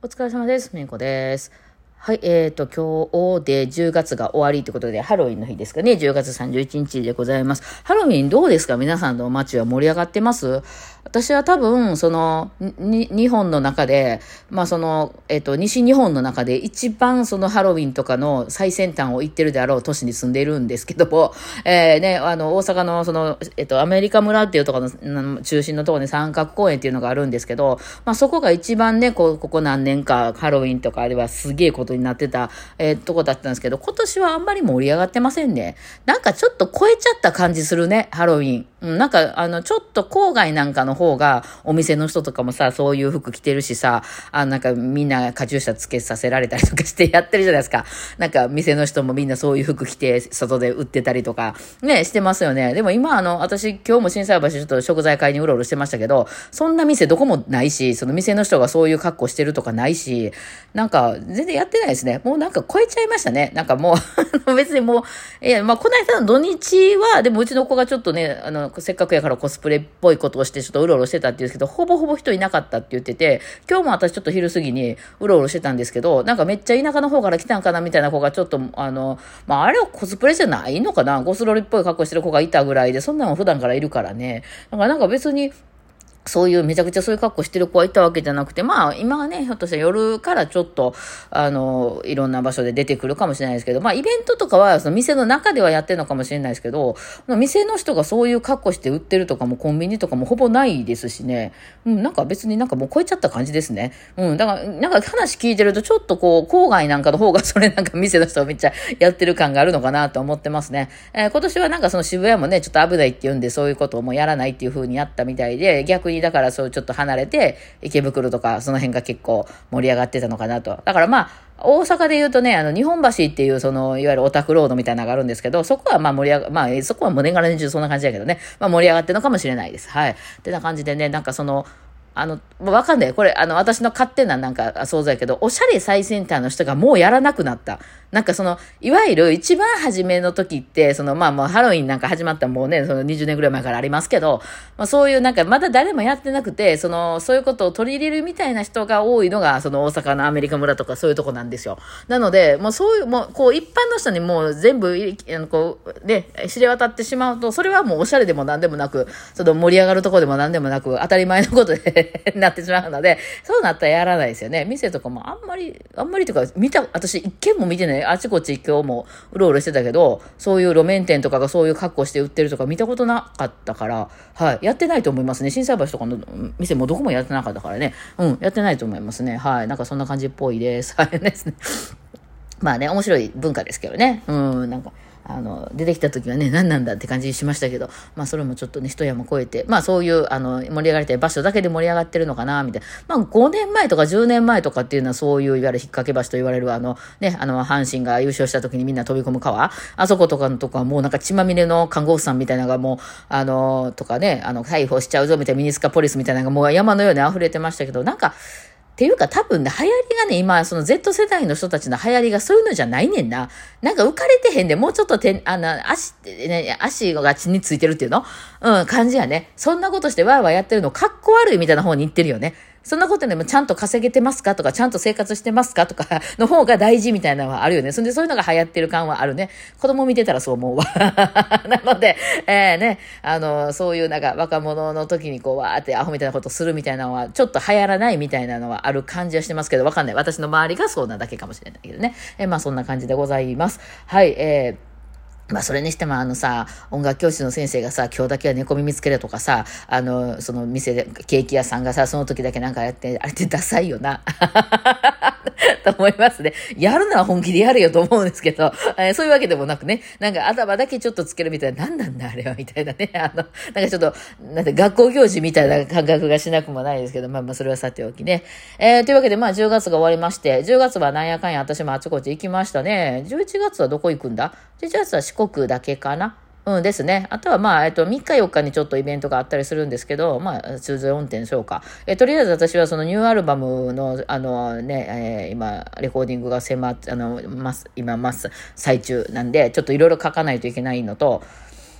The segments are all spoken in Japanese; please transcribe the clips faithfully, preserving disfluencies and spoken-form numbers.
お疲れ様です。みんこです。はい、えーと、今日でじゅうがつが終わりということで、ハロウィンの日ですかね。じゅうがつさんじゅういちにちでございます。ハロウィンどうですか？皆さんの街は盛り上がってます？私は多分、その、に、日本の中で、まあその、えっと、西日本の中で一番そのハロウィンとかの最先端を行ってるであろう都市に住んでいるんですけども、えー、ね、あの、大阪のその、えっと、アメリカ村っていうところの中心のところに三角公園っていうのがあるんですけど、まあそこが一番ね、こう、ここ何年かハロウィンとかあれはすげえことになってた、えー、とこだったんですけど、今年はあんまり盛り上がってませんね。なんかちょっと超えちゃった感じするね、ハロウィン。うん、なんか、あの、ちょっと郊外なんかの方が、お店の人とかもさ、そういう服着てるしさ、あ、なんかみんなカチューシャつけさせられたりとかしてやってるじゃないですか。なんか店の人もみんなそういう服着て、外で売ってたりとか、ね、してますよね。でも今、あの、私、今日も心斎橋ちょっと食材買いにうろうろしてましたけど、そんな店どこもないし、その店の人がそういう格好してるとかないし、なんか、全然やってないですね。もうなんか超えちゃいましたね。なんかもう、別にもう、いや、まあ、この間の土日は、でもうちの子がちょっとね、あの、せっかくやからコスプレっぽいことをして、ちょっとうろうろしてたっていうんですけど、ほぼほぼ人いなかったって言ってて、今日も私ちょっと昼過ぎにうろうろしてたんですけど、なんかめっちゃ田舎の方から来たんかなみたいな子がちょっと、あの、まあ、あれはコスプレじゃないのかな、ゴスロリっぽい格好してる子がいたぐらいで、そんなの普段からいるからね。だからなんか別に、そういう、めちゃくちゃそういう格好してる子はいたわけじゃなくて、まあ、今はね、ひょっとしたら夜からちょっと、あの、いろんな場所で出てくるかもしれないですけど、まあ、イベントとかは、その店の中ではやってるのかもしれないですけど、店の人がそういう格好して売ってるとかも、コンビニとかもほぼないですしね、うん、なんか別になんかもう超えちゃった感じですね。うん、だから、なんか話聞いてると、ちょっとこう、郊外なんかの方が、それなんか店の人をめっちゃやってる感があるのかなと思ってますね。えー、今年はなんかその渋谷もね、ちょっと危ないって言うんで、そういうことをもうやらないっていう風にやったみたいで、逆にだからそうちょっと離れて池袋とかその辺が結構盛り上がってたのかなと。だからまあ大阪で言うとね、あの日本橋っていうそのいわゆるオタクロードみたいなのがあるんですけど、そこはまあ盛り上がまあそこはもう年がら年中そんな感じだけどね、まあ盛り上がってるのかもしれないです。はい。ってな感じでね、なんかそのあの、わかんない。これ、あの、私の勝手ななんか想像やけど、おしゃれ最先端の人がもうやらなくなった。なんかその、いわゆる一番初めの時って、その、まあもうハロウィンなんか始まったもうね、そのにじゅうねんぐらい前からありますけど、まあそういうなんかまだ誰もやってなくて、その、そういうことを取り入れるみたいな人が多いのが、その大阪のアメリカ村とかそういうとこなんですよ。なので、もうそういう、もう、こう一般の人にもう全部、あの、こう、ね、知れ渡ってしまうと、それはもうおしゃれでも何でもなく、その盛り上がるとこでも何でもなく、当たり前のことでなってしまうので、そうなったらやらないですよね。店とかもあんまり、あんまりとか、見た、私一軒も見てない、あちこち今日もうろうろしてたけど、そういう路面店とかがそういう格好して売ってるとか見たことなかったから、はい、やってないと思いますね。心斎橋とかの店もどこもやってなかったからね。うん、やってないと思いますね。はい、なんかそんな感じっぽいです。はいですね。まあね、面白い文化ですけどね。うん、なんか、あの、出てきた時はね、何なんだって感じしましたけど、まあそれもちょっとね、一山越えて、まあそういう、あの、盛り上がりたい場所だけで盛り上がってるのかな、みたいな。まあごねんまえとかじゅうねんまえとかっていうのはそういう、いわゆる引っ掛け橋と言われる、あの、ね、あの、阪神が優勝した時にみんな飛び込む川、あそことかのとこはもうなんか血まみれの看護婦さんみたいなのがもう、あの、とかね、あの、逮捕しちゃうぞみたいなミニスカポリスみたいなのがもう山のように溢れてましたけど、なんか、っていうか多分ね、流行りがね、今、その Z 世代の人たちの流行りがそういうのじゃないねんな。なんか浮かれてへんで、もうちょっと手、あの、足、ね、足が血についてるっていうのうん、感じやね。そんなことしてワーワーやってるの、かっこ悪いみたいな方に行ってるよね。そんなことでもちゃんと稼げてますかとか、ちゃんと生活してますかとかの方が大事みたいなのはあるよね。そんでそういうのが流行ってる感はあるね。子供見てたらそう思うわ。なので、えー、ね、あの、そういうなんか若者の時にこうわーってアホみたいなことするみたいなのは、ちょっと流行らないみたいなのはある感じはしてますけど、わかんない。私の周りがそうなだけかもしれないけどね。えー、まあそんな感じでございます。はい、えーまあそれにしてもあのさ、音楽教室の先生がさ、今日だけは猫耳つけるとかさ、あの、その店で、ケーキ屋さんがさ、その時だけなんかやって、あれってダサいよな。と思いますね。やるなら本気でやるよと思うんですけど、えー、そういうわけでもなくね、なんか頭だけちょっとつけるみたいな、なんなんだあれはみたいなね、あの、なんかちょっと、なんて学校行事みたいな感覚がしなくもないですけど、まあまあそれはさておきね。えー、というわけでまあじゅうがつが終わりまして、じゅうがつはなんやかんや私もあちこち行きましたね。じゅういちがつはどこ行くんだ？ じゅういち 月は四国だけかな。うんですね。あとはまあ、えっと、みっかよっかにちょっとイベントがあったりするんですけど、まあ、通常運転でしょうか。え、とりあえず私はそのニューアルバムの、あのね、えー、今、レコーディングが迫っ、あの、ます、今、ます、最中なんで、ちょっといろいろ書かないといけないのと、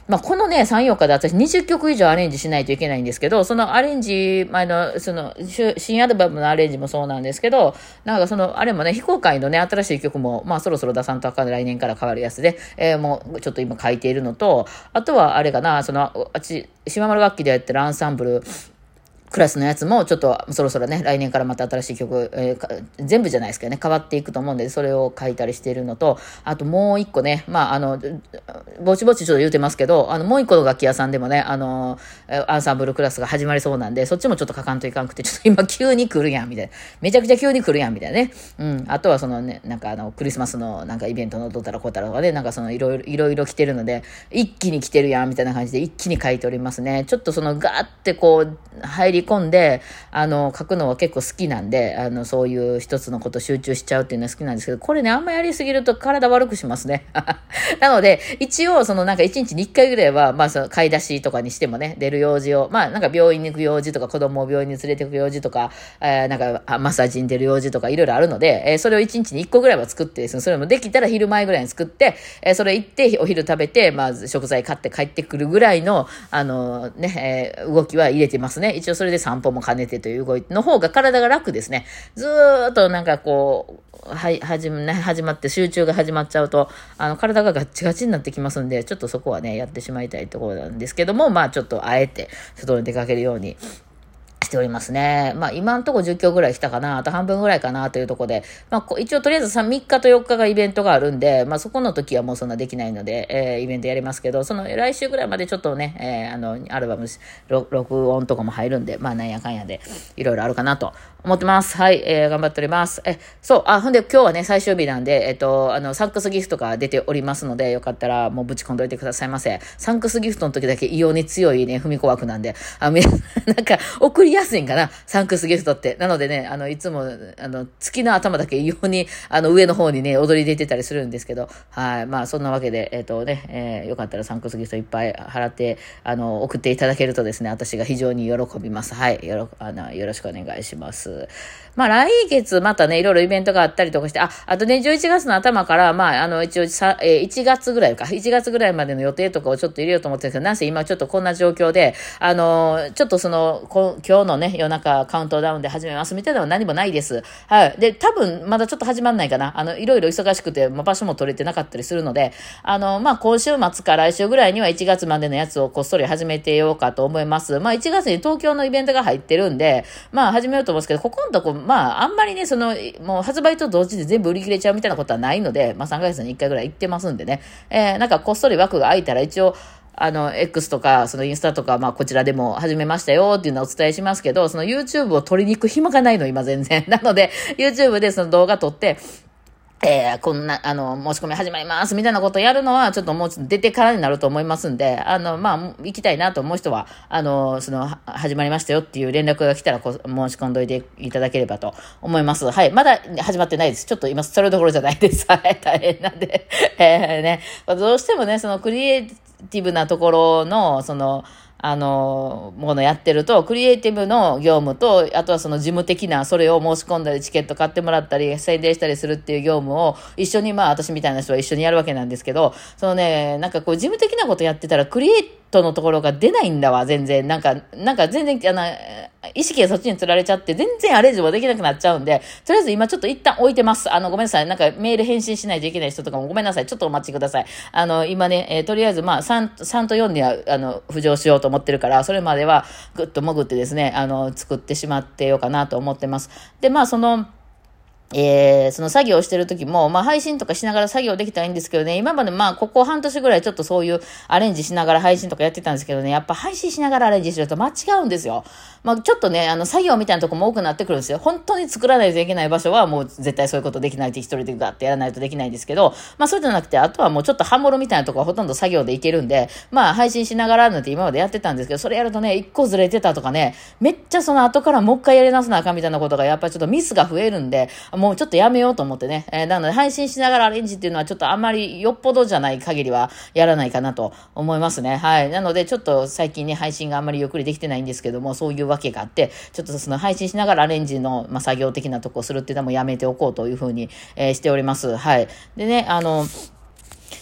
まあ、このね、さん、よっかで私にじゅっきょく以上アレンジしないといけないんですけど、そのアレンジ、前の、その、新アルバムのアレンジもそうなんですけど、なんかその、あれもね、非公開のね、新しい曲も、まあ、そろそろ出さんとあかん来年から変わるやつで、えー、もう、ちょっと今書いているのと、あとは、あれかな、その、あっち、島丸楽器でやってるアンサンブル、クラスのやつもちょっとそろそろね、来年からまた新しい曲、えー、全部じゃないですけどね、変わっていくと思うんで、それを書いたりしているのと、あともう一個ね、まあ、あの、ぼちぼちちょっと言うてますけど、あの、もう一個の楽器屋さんでもね、あの、アンサンブルクラスが始まりそうなんで、そっちもちょっと書かんといかんくて、ちょっと今急に来るやん、みたいな。めちゃくちゃ急に来るやん、みたいなね。うん。あとはそのね、なんかあの、クリスマスのなんかイベントのどうたらこうたらとかね、なんかそのいろいろ、いろいろ来てるので、一気に来てるやん、みたいな感じで一気に書いておりますね。ちょっとそのガーってこう、入り込んで、あの、書くのは結構好きなんで、あの、そういう一つのこと集中しちゃうっていうのは好きなんですけど、これね、あんまやりすぎると体悪くしますね。なので、一応、そのなんか一日に一回ぐらいは、まあ、その買い出しとかにしてもね、出る用事を、まあ、なんか病院に行く用事とか、子供を病院に連れて行く用事とか、えー、なんかマッサージに出る用事とか、いろいろあるので、えー、それを一日に一個ぐらいは作ってですね、それもできたら昼前ぐらいに作って、えー、それ行ってお昼食べて、まず食材買って帰ってくるぐらいの、あのね、えー、動きは入れてますね。一応それで散歩も兼ねてという動きの方が体が楽ですね。ずーっとなんかこう、はい、始ま、ね、始まって集中が始まっちゃうと、あの、体がガッチガチになってきますんで、ちょっとそこはね、やってしまいたいところなんですけども、まあちょっとあえて、外に出かけるように、しておりますね。まあ今のところじゅっきょくぐらい来たかな、あと半分ぐらいかなというところで、まあ一応とりあえずみっかとよっかがイベントがあるんで、まあそこの時はもうそんなできないので、えー、イベントやりますけど、その来週ぐらいまでちょっとね、えー、あの、アルバム、録音とかも入るんで、まあなんやかんやで、いろいろあるかなと思ってます。はい、えー、頑張っております。え、そう、あ、ほんで今日はね、最終日なんで、えっと、あの、サンクスギフトが出ておりますので、よかったらもうぶち込んどいてくださいませ。サンクスギフトの時だけ異様に強いね、踏み子枠なんで、あ、みなんか、送りやすいんかな、サンクスギフトって。なのでね、あの、いつも、あの、月の頭だけ異様に、あの、上の方にね、踊り出てたりするんですけど、はい。まあ、そんなわけで、えっとね、えー、よかったらサンクスギフトいっぱい払って、あの、送っていただけるとですね、私が非常に喜びます。はい。よろ、あの、よろしくお願いします。まあ来月またね、いろいろイベントがあったりとかして、あ、あとね、じゅういちがつの頭から、まあ、あの、一応さ、えー、いちがつぐらいか、いちがつぐらいまでの予定とかをちょっと入れようと思ってるんですけど、なんせ今ちょっとこんな状況で、あのー、ちょっとその、こ今日のね、夜中カウントダウンで始めますみたいなのは何もないです。はい。で、多分まだちょっと始まんないかな。あの、いろいろ忙しくて、まあ、場所も取れてなかったりするので、あの、まあ、今週末か来週ぐらいにはいちがつまでのやつをこっそり始めてようかと思います。まあ、いちがつに東京のイベントが入ってるんで、まあ、始めようと思うんですけど、ここのとこ、まあ、あんまりね、その、もう発売と同時で全部売り切れちゃうみたいなことはないので、まあさんかげつにいっかいぐらい行ってますんでね。えー、なんかこっそり枠が空いたら一応、あの、X とか、そのインスタとか、まあこちらでも始めましたよっていうのをお伝えしますけど、その YouTube を撮りに行く暇がないの、今全然。なので、YouTube でその動画撮って、えー、こんな、あの、申し込み始まります、みたいなことをやるのは、ちょっともうちょっと出てからになると思いますんで、あの、まあ、行きたいなと思う人は、あの、その、始まりましたよっていう連絡が来たらこ、申し込んどいていただければと思います。はい。まだ始まってないです。ちょっと今、それどころじゃないです。はい。大変なんで。えー、ね。どうしてもね、その、クリエイティブなところの、その、あの、ものやってると、クリエイティブの業務と、あとはその事務的な、それを申し込んだり、チケット買ってもらったり、宣伝したりするっていう業務を、一緒に、まあ、私みたいな人は一緒にやるわけなんですけど、そのね、なんかこう、事務的なことやってたら、クリエイトのところが出ないんだわ、全然。なんか、なんか全然、あの、意識がそっちに釣られちゃって、全然アレンジもできなくなっちゃうんで、とりあえず今ちょっと一旦置いてます。あの、ごめんなさい。なんかメール返信しないといけない人とかもごめんなさい。ちょっとお待ちください。あの、今ね、えー、とりあえずまあ、さん、さんとよんには、あの、浮上しようと思ってるから、それまではぐっと潜ってですね、あの、作ってしまってようかなと思ってます。で、まあ、その、えー、その作業をしてる時も、まあ配信とかしながら作業できたらいいんですけどね、今までまあここ半年ぐらいちょっとそういうアレンジしながら配信とかやってたんですけどね、やっぱ配信しながらアレンジすると間違うんですよ。まあちょっとね、あの作業みたいなとこも多くなってくるんですよ。本当に作らないといけない場所はもう絶対そういうことできないって一人でガッてやらないとできないんですけど、まあそうじゃなくて、あとはもうちょっとハモロみたいなとこはほとんど作業でいけるんで、まあ配信しながらなんて今までやってたんですけど、それやるとね、一個ずれてたとかね、めっちゃその後からもう一回やり直さなあかんみたいなことがやっぱりちょっとミスが増えるんで、もうちょっとやめようと思ってね。えー、なので配信しながらアレンジっていうのはちょっとあんまりよっぽどじゃない限りはやらないかなと思いますね。はい。なのでちょっと最近ね、配信があんまりゆっくりできてないんですけども、そういうわけがあって、ちょっとその配信しながらアレンジの、まあ、作業的なとこをするっていうのもやめておこうというふうに、えー、しております。はい。でね、あの、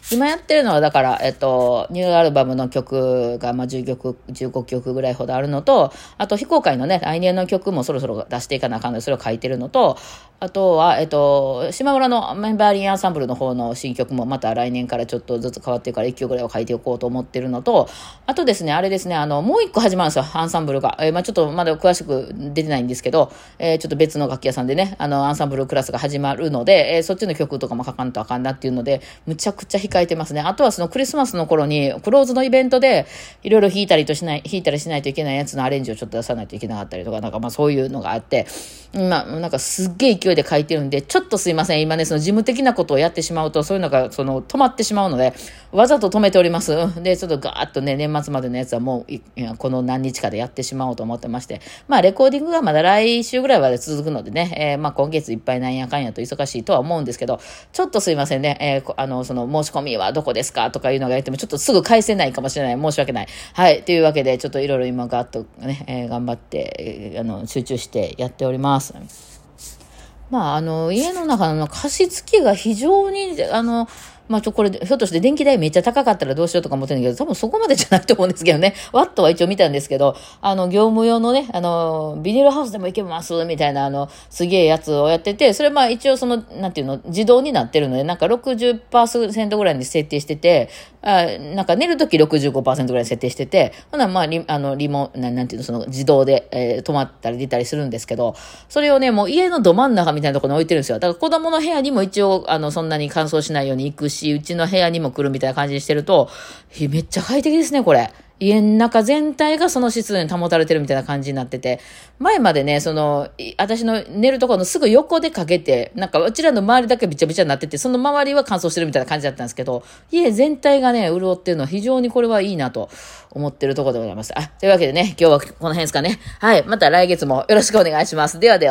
今やってるのは、だから、えっと、ニューアルバムの曲が、まあ、じゅうきょく、じゅうごきょくぐらいほどあるのと、あと、非公開のね、来年の曲もそろそろ出していかなあかんので、それを書いてるのと、あとは、えっと、島村のメンバーリンアンサンブルの方の新曲もまた来年からちょっとずつ変わっていくからいっきょくぐらいを書いておこうと思ってるのと、あとですね、あれですね、あの、もう一個始まるんですよ、アンサンブルが。えー、まあちょっとまだ詳しく出てないんですけど、えー、ちょっと別の楽器屋さんでね、あの、アンサンブルクラスが始まるので、えー、そっちの曲とかも書かんとあかんなっていうので、むちゃくちゃ控えてますね。あとはそのクリスマスの頃に、クローズのイベントで、いろいろ弾いたりとしない、弾いたりしないといけないやつのアレンジをちょっと出さないといけなかったりとか、なんかまあそういうのがあって、まあなんかすっげえ勢いで書いてるんで、ちょっとすいません。今ね、その事務的なことをやってしまうと、そういうのが、その、止まってしまうので、わざと止めております。で、ちょっとガーッとね、年末までのやつはもう、いやこの何日かでやってしまおうと思ってまして、まあ、レコーディングがまだ来週ぐらいまで続くのでね、えー、まあ、今月いっぱいなんやかんやと忙しいとは思うんですけど、ちょっとすいませんね。えー、あの、その、申し込みはどこですかとかいうのが言っても、ちょっとすぐ返せないかもしれない。申し訳ない。はい。というわけで、ちょっといろいろ今ガーッとね、えー、頑張って、えー、あの、集中してやっております。まあ、あの、家の中の加湿器が非常に、あの、まあ、ちょ、これ、ひょっとして電気代めっちゃ高かったらどうしようとか思ってるんだけど、多分そこまでじゃないと思うんですけどね。ワットは一応見たんですけど、あの、業務用のね、あの、ビニールハウスでもいけますみたいな、あの、すげえやつをやってて、それまあ一応その、なんていうの、自動になってるので、なんか ろくじゅっパーセント ぐらいに設定してて、あなんか寝るとき ろくじゅうごパーセント ぐらいに設定してて、ほなまあリ、あの、リモ、ななんていうの、その自動で、えー、止まったり出たりするんですけど、それをね、もう家のど真ん中みたいなところに置いてるんですよ。だから子供の部屋にも一応、あの、そんなに乾燥しないように行くし、うちの部屋にも来るみたいな感じにしてると、めっちゃ快適ですね、これ。家の中全体がその湿度に保たれてるみたいな感じになってて、前までね、その、私の寝るところのすぐ横でかけて、なんかうちらの周りだけびちゃびちゃになってて、その周りは乾燥してるみたいな感じだったんですけど、家全体がね、潤ってるのは非常にこれはいいなと思ってるところでございます。あ、というわけでね、今日はこの辺ですかね。はい。また来月もよろしくお願いします。ではでは。